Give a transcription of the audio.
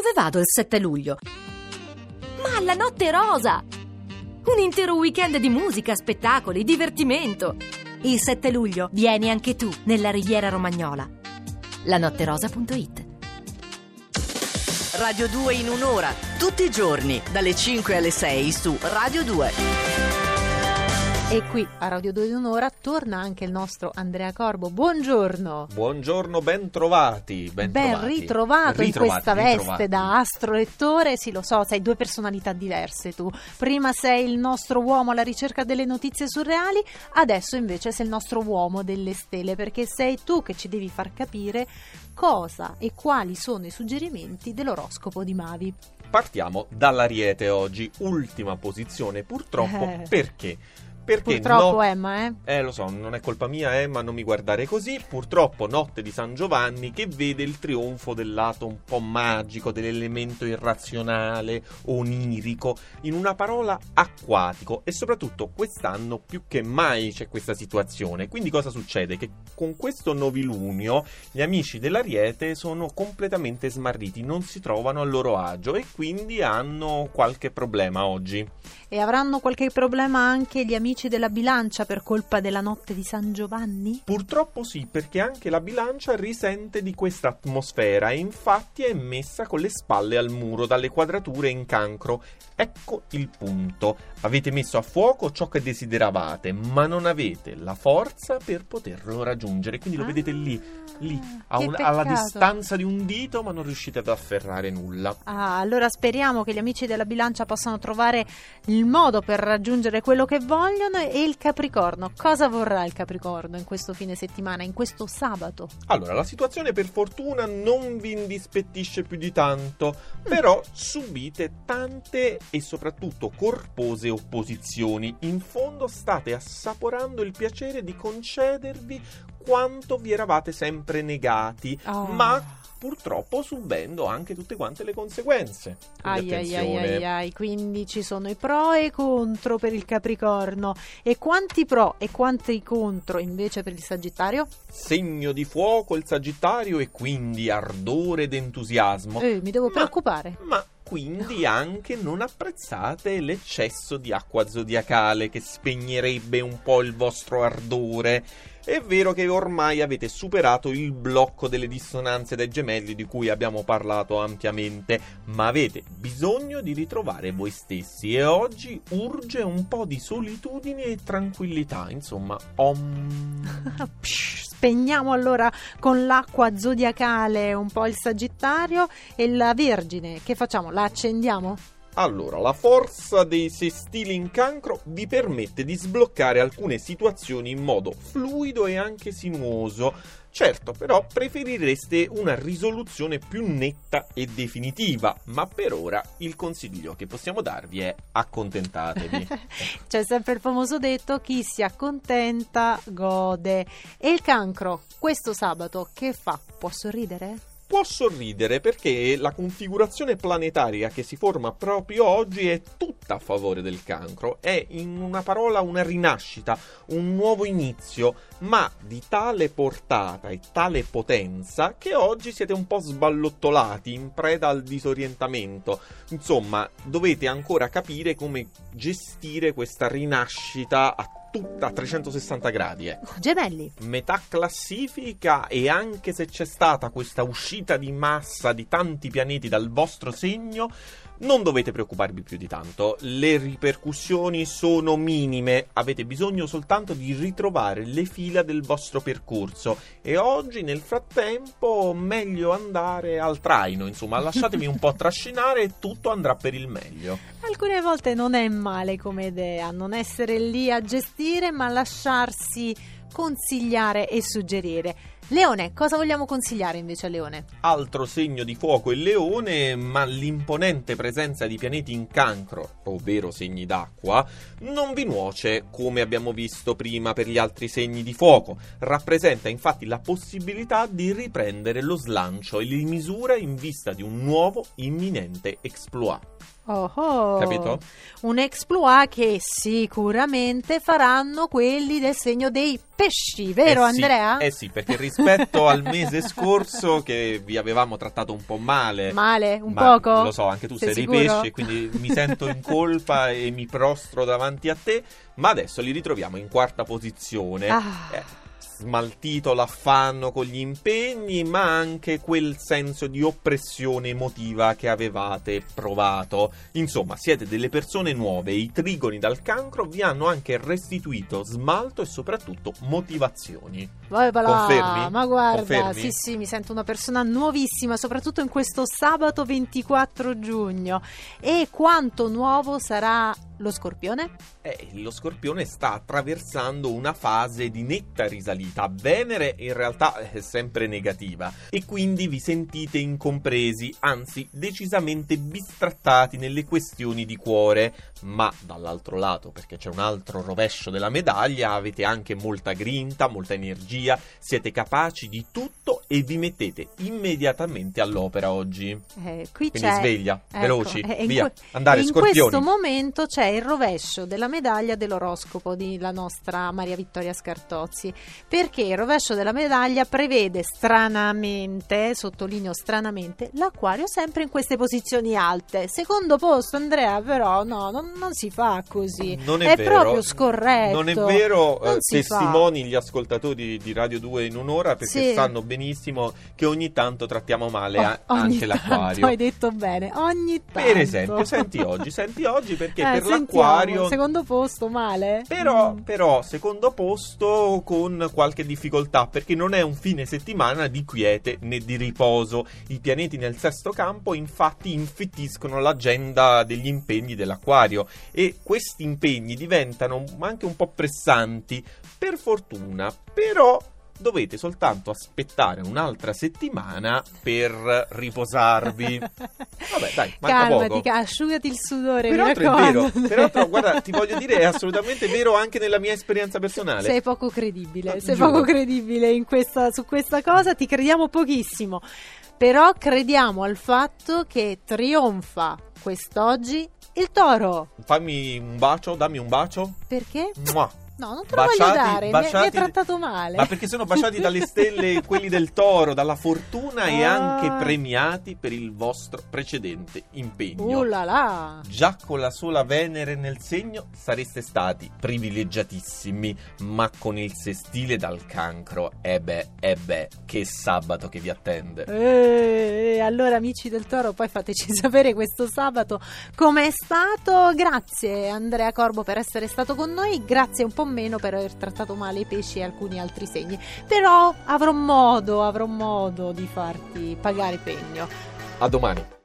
Dove vado il 7 luglio? Ma alla Notte Rosa! Un intero weekend di musica, spettacoli, divertimento. Il 7 luglio vieni anche tu nella Riviera Romagnola. lanotterosa.it. Radio 2 in un'ora, tutti i giorni, dalle 5 alle 6 su Radio 2. E qui a Radio 2 in un'ora torna anche il nostro Andrea Corbo. Buongiorno. Buongiorno, ben trovati. Ben ritrovato in questa veste da astrolettore. Sì, lo so, sei due personalità diverse tu. Prima sei il nostro uomo alla ricerca delle notizie surreali, adesso invece sei il nostro uomo delle stelle, perché sei tu che ci devi far capire cosa e quali sono i suggerimenti dell'oroscopo di Mavi. Partiamo dall'Ariete oggi, ultima posizione purtroppo, perché? Perché purtroppo Emma, lo so, non è colpa mia, Emma, non mi guardare così. Purtroppo notte di San Giovanni che vede il trionfo del lato un po' magico, dell'elemento irrazionale, onirico, in una parola acquatico. E soprattutto quest'anno più che mai c'è questa situazione. Quindi cosa succede? Che con questo novilunio gli amici dell'Ariete sono completamente smarriti, non si trovano a loro agio e quindi hanno qualche problema oggi. E avranno qualche problema anche gli amici della Bilancia per colpa della notte di San Giovanni? Purtroppo sì, perché anche la Bilancia risente di questa atmosfera e infatti è messa con le spalle al muro dalle quadrature in Cancro. Ecco il punto. Avete messo a fuoco ciò che desideravate, ma non avete la forza per poterlo raggiungere. Quindi lo vedete lì alla distanza di un dito, ma non riuscite ad afferrare nulla. Allora speriamo che gli amici della Bilancia possano trovare il modo per raggiungere quello che vogliono. E il Capricorno, cosa vorrà il Capricorno in questo fine settimana, in questo sabato? Allora, la situazione per fortuna non vi indispettisce più di tanto, però subite tante e soprattutto corpose opposizioni. In fondo state assaporando il piacere di concedervi quanto vi eravate sempre negati, ma purtroppo subendo anche tutte quante le conseguenze. Ai, quindi ci sono i pro e i contro per il Capricorno. E quanti pro e quanti contro invece per il Sagittario? Segno di fuoco il Sagittario e quindi ardore ed entusiasmo. Mi devo preoccupare. Ma quindi anche non apprezzate l'eccesso di acqua zodiacale che spegnerebbe un po' il vostro ardore. È vero che ormai avete superato il blocco delle dissonanze dai gemelli di cui abbiamo parlato ampiamente, ma avete bisogno di ritrovare voi stessi e oggi urge un po' di solitudine e tranquillità, insomma, Spegniamo allora con l'acqua zodiacale un po' il Sagittario e la Vergine. Che facciamo? La accendiamo? Allora, la forza dei sestili in Cancro vi permette di sbloccare alcune situazioni in modo fluido e anche sinuoso. Certo, però preferireste una risoluzione più netta e definitiva, ma per ora il consiglio che possiamo darvi è accontentatevi. C'è sempre il famoso detto: chi si accontenta gode. E il Cancro, questo sabato, che fa? Può sorridere? Può sorridere perché la configurazione planetaria che si forma proprio oggi è tutta a favore del Cancro. È in una parola una rinascita, un nuovo inizio, ma di tale portata e tale potenza che oggi siete un po' sballottolati, in preda al disorientamento. Insomma, dovete ancora capire come gestire questa rinascita a 360 gradi. Gemelli, metà classifica, e anche se c'è stata questa uscita di massa di tanti pianeti dal vostro segno, non dovete preoccuparvi più di tanto. Le ripercussioni sono minime, avete bisogno soltanto di ritrovare le fila del vostro percorso e oggi nel frattempo meglio andare al traino, insomma lasciatevi un po' trascinare e tutto andrà per il meglio. Alcune volte non è male come idea non essere lì a gestire, ma lasciarsi consigliare e suggerire. Leone, cosa vogliamo consigliare invece a Leone? Altro segno di fuoco il Leone, ma l'imponente presenza di pianeti in Cancro, ovvero segni d'acqua, non vi nuoce come abbiamo visto prima per gli altri segni di fuoco. Rappresenta infatti la possibilità di riprendere lo slancio e li misura in vista di un nuovo imminente exploit. Capito? Un exploit che sicuramente faranno quelli del segno dei pesci, vero Andrea? Sì, perché rispetto al mese scorso che vi avevamo trattato un po' male. Male? Un poco? Lo so, anche tu sei dei sicuro? pesci, quindi mi sento in colpa e mi prostro davanti a te, ma adesso li ritroviamo in quarta posizione. Smaltito l'affanno con gli impegni, ma anche quel senso di oppressione emotiva che avevate provato. Insomma, siete delle persone nuove e i trigoni dal cancro vi hanno anche restituito smalto e soprattutto motivazioni. Confermi? Ma guarda, Confermi? sì, mi sento una persona nuovissima, soprattutto in questo sabato 24 giugno. E quanto nuovo sarà lo Scorpione? Lo Scorpione sta attraversando una fase di netta risalita. Venere in realtà è sempre negativa e quindi vi sentite incompresi, anzi decisamente bistrattati nelle questioni di cuore. Ma dall'altro lato, perché c'è un altro rovescio della medaglia, avete anche molta grinta, molta energia, siete capaci di tutto e vi mettete immediatamente all'opera oggi. Qui Quindi c'è, sveglia, veloci, via, in andare Scorpioni. In questo momento c'è il rovescio della medaglia dell'oroscopo della nostra Maria Vittoria Scartozzi, perché il rovescio della medaglia prevede stranamente, sottolineo stranamente, l'Acquario sempre in queste posizioni alte. Secondo posto, Andrea, però no, non si fa così. Non è vero, proprio scorretto. Non è vero, testimoni fa. gli ascoltatori di Radio 2 in un'ora, perché sanno benissimo che ogni tanto trattiamo male anche l'Acquario. Hai detto bene, ogni tanto. Per esempio, senti oggi perché per l'Acquario secondo posto male? Però secondo posto con qualche difficoltà, perché non è un fine settimana di quiete né di riposo. I pianeti nel sesto campo infatti infittiscono l'agenda degli impegni dell'Acquario e questi impegni diventano anche un po' pressanti, per fortuna, però dovete soltanto aspettare un'altra settimana per riposarvi. Vabbè, dai, manca poco. Asciugati il sudore, Peraltro è vero, peraltro guarda, ti voglio dire, è assolutamente vero anche nella mia esperienza personale. Sei poco credibile, su questa cosa, ti crediamo pochissimo. Però crediamo al fatto che trionfa quest'oggi il Toro. Fammi un bacio, dammi un bacio. Perché? Mua. No, non te lo voglio dare, mi hai trattato male. Ma perché sono baciati dalle stelle quelli del Toro, dalla fortuna e anche premiati per il vostro precedente impegno. Là là. Già con la sola Venere nel segno sareste stati privilegiatissimi, ma con il sestile dal Cancro, che sabato che vi attende. Allora amici del Toro, poi fateci sapere questo sabato com'è stato. Grazie Andrea Corbo per essere stato con noi, grazie un po' meno per aver trattato male i pesci e alcuni altri segni, però avrò modo di farti pagare pegno. A domani.